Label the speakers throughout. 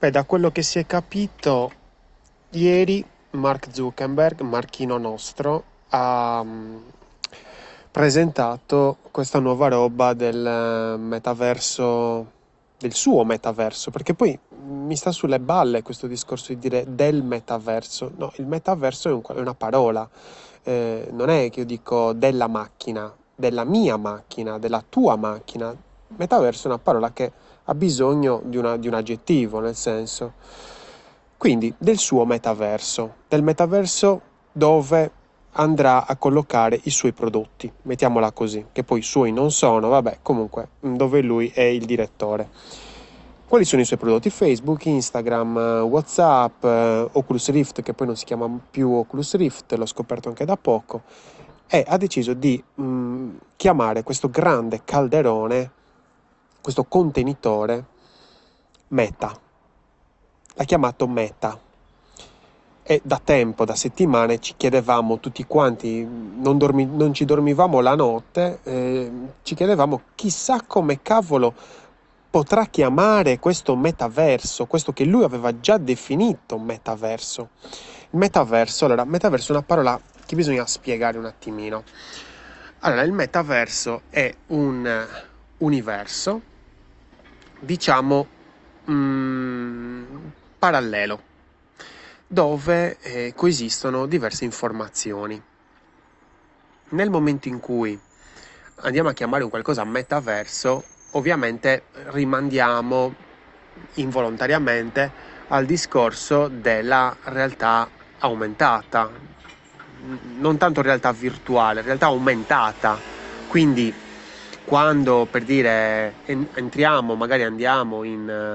Speaker 1: Beh, da quello che si è capito, ieri Mark Zuckerberg, Marchino nostro, ha presentato questa nuova roba del metaverso, del suo metaverso, perché poi mi sta sulle balle questo discorso di dire del metaverso. No, il metaverso è una parola. Non è che io dico della macchina, della mia macchina, della tua macchina. Metaverso è una parola che ha bisogno di un aggettivo, nel senso. Quindi del suo metaverso, del metaverso dove andrà a collocare i suoi prodotti, mettiamola così, che poi suoi non sono, vabbè, comunque, dove lui è il direttore. Quali sono i suoi prodotti? Facebook, Instagram, WhatsApp, Oculus Rift, che poi non si chiama più Oculus Rift, l'ho scoperto anche da poco, e ha deciso di chiamare questo grande calderone, questo contenitore, Meta. L'ha chiamato Meta. E da tempo, da settimane, ci chiedevamo tutti quanti, non ci dormivamo la notte, ci chiedevamo chissà come cavolo potrà chiamare questo metaverso, questo che lui aveva già definito metaverso. Il metaverso, allora, metaverso è una parola che bisogna spiegare un attimino. Allora, il metaverso è un universo, diciamo, parallelo, dove coesistono diverse informazioni. Nel momento in cui andiamo a chiamare un qualcosa metaverso, ovviamente rimandiamo involontariamente al discorso della realtà aumentata, non tanto realtà virtuale, realtà aumentata. Quindi quando, per dire, entriamo, magari andiamo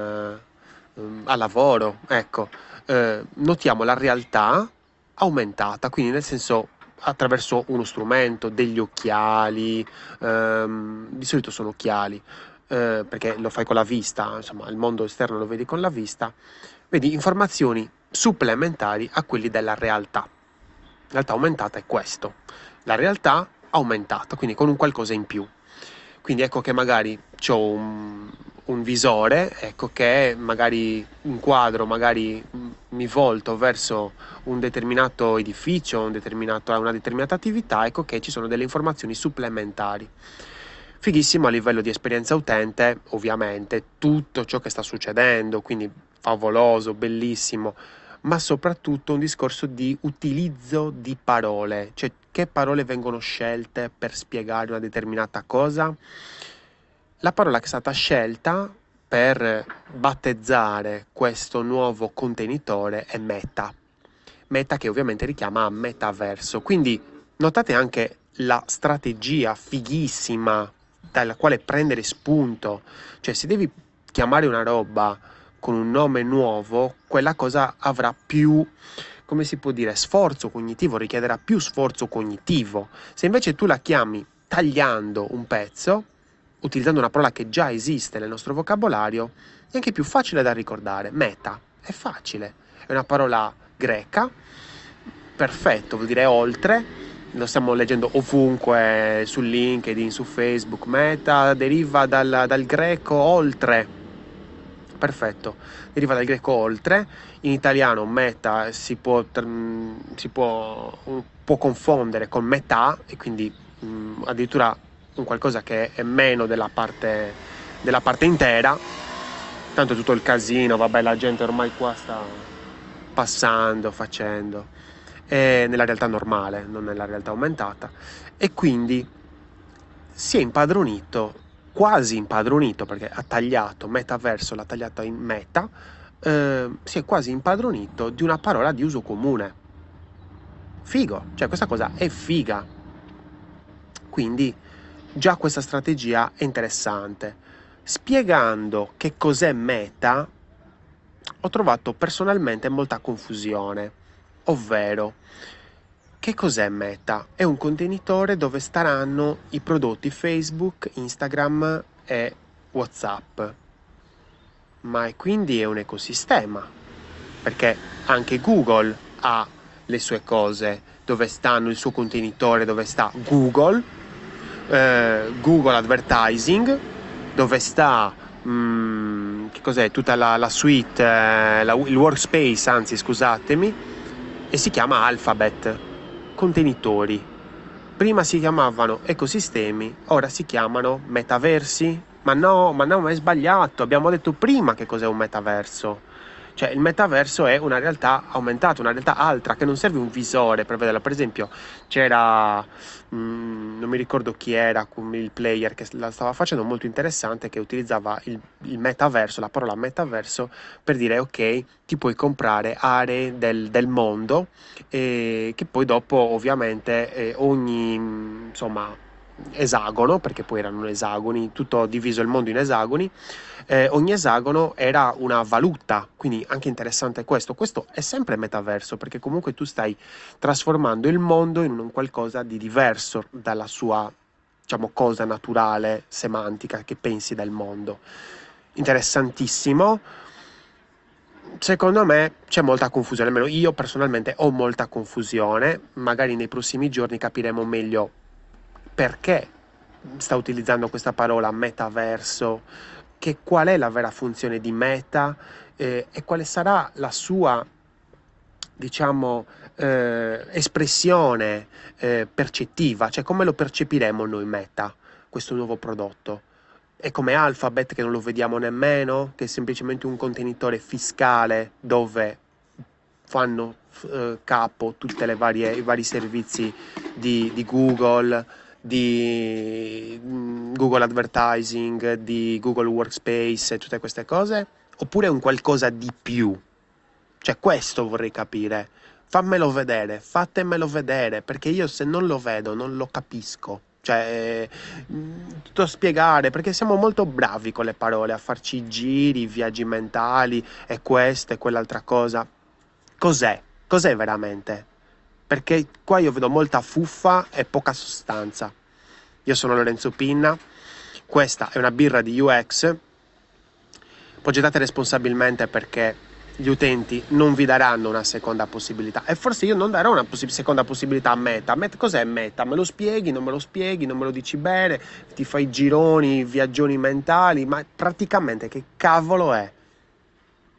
Speaker 1: a lavoro, ecco, notiamo la realtà aumentata, quindi nel senso attraverso uno strumento, degli occhiali, di solito sono occhiali, perché lo fai con la vista, insomma, il mondo esterno lo vedi con la vista, vedi informazioni supplementari a quelli della realtà. La realtà aumentata è questo, la realtà aumentata, quindi con un qualcosa in più. Quindi ecco che magari ho un visore, ecco che magari inquadro, magari mi volto verso un determinato edificio, una determinata attività, ecco che ci sono delle informazioni supplementari. Fighissimo a livello di esperienza utente, ovviamente, tutto ciò che sta succedendo, quindi favoloso, bellissimo, ma soprattutto un discorso di utilizzo di parole, cioè che parole vengono scelte per spiegare una determinata cosa. La parola che è stata scelta per battezzare questo nuovo contenitore è Meta. Meta che ovviamente richiama a metaverso. Quindi notate anche la strategia fighissima dalla quale prendere spunto. Cioè, se devi chiamare una roba con un nome nuovo, quella cosa avrà più, come si può dire, sforzo cognitivo, richiederà più sforzo cognitivo. Se invece tu la chiami tagliando un pezzo, utilizzando una parola che già esiste nel nostro vocabolario, è anche più facile da ricordare. Meta, è facile, è una parola greca, perfetto, vuol dire oltre, lo stiamo leggendo ovunque, su LinkedIn, su Facebook. Meta deriva dal greco oltre, perfetto, deriva dal greco oltre. In italiano meta può confondere con metà, e quindi addirittura un qualcosa che è meno della parte intera. Tanto tutto il casino, vabbè, la gente ormai qua sta passando, facendo, nella realtà normale, non nella realtà aumentata, e quindi si è impadronito, quasi impadronito, perché ha tagliato metaverso, l'ha tagliata in meta, si è quasi impadronito di una parola di uso comune. Figo, cioè questa cosa è figa. Quindi già questa strategia è interessante. Spiegando che cos'è Meta, ho trovato personalmente molta confusione, ovvero, che cos'è Meta? È un contenitore dove staranno i prodotti Facebook, Instagram e WhatsApp, ma quindi è un ecosistema, perché anche Google ha le sue cose, dove stanno il suo contenitore, dove sta Google, Google Advertising, dove sta che cos'è? Tutta la suite, il workspace, anzi, scusatemi, e si chiama Alphabet, contenitori. Prima si chiamavano ecosistemi, ora si chiamano metaversi. Ma no, ma è sbagliato. Abbiamo detto prima che cos'è un metaverso. Cioè, il metaverso è una realtà aumentata, una realtà altra, che non serve un visore per vederla. Per esempio, c'era, non mi ricordo chi era, il player che la stava facendo, molto interessante, che utilizzava il metaverso, la parola metaverso, per dire, ok, ti puoi comprare aree del mondo, che poi dopo, ovviamente, ogni, insomma, esagono, perché poi erano esagoni, tutto diviso il mondo in esagoni, ogni esagono era una valuta, quindi anche interessante questo. Questo è sempre metaverso, perché comunque tu stai trasformando il mondo in un qualcosa di diverso dalla sua, diciamo, cosa naturale, semantica che pensi del mondo. Interessantissimo. Secondo me c'è molta confusione, almeno io personalmente ho molta confusione, magari nei prossimi giorni capiremo meglio perché sta utilizzando questa parola metaverso, che qual è la vera funzione di meta, e quale sarà la sua, diciamo, espressione percettiva, cioè come lo percepiremo noi meta, questo nuovo prodotto. È come Alphabet che non lo vediamo nemmeno, che è semplicemente un contenitore fiscale dove fanno capo tutte i vari servizi di Google, di Google Advertising, di Google Workspace e tutte queste cose, oppure è un qualcosa di più? Cioè, questo vorrei capire. Fammelo vedere, fatemelo vedere, perché io se non lo vedo non lo capisco. Cioè, tutto a spiegare, perché siamo molto bravi con le parole, a farci giri, viaggi mentali, e questa e quell'altra cosa. Cos'è? Cos'è veramente? Perché qua io vedo molta fuffa e poca sostanza. Io sono Lorenzo Pinna, questa è una birra di UX, progettate responsabilmente perché gli utenti non vi daranno una seconda possibilità, e forse io non darò una seconda possibilità a Meta. Cos'è Meta? Me lo spieghi, non me lo spieghi, non me lo dici bene, ti fai gironi, viaggioni mentali, ma praticamente che cavolo è?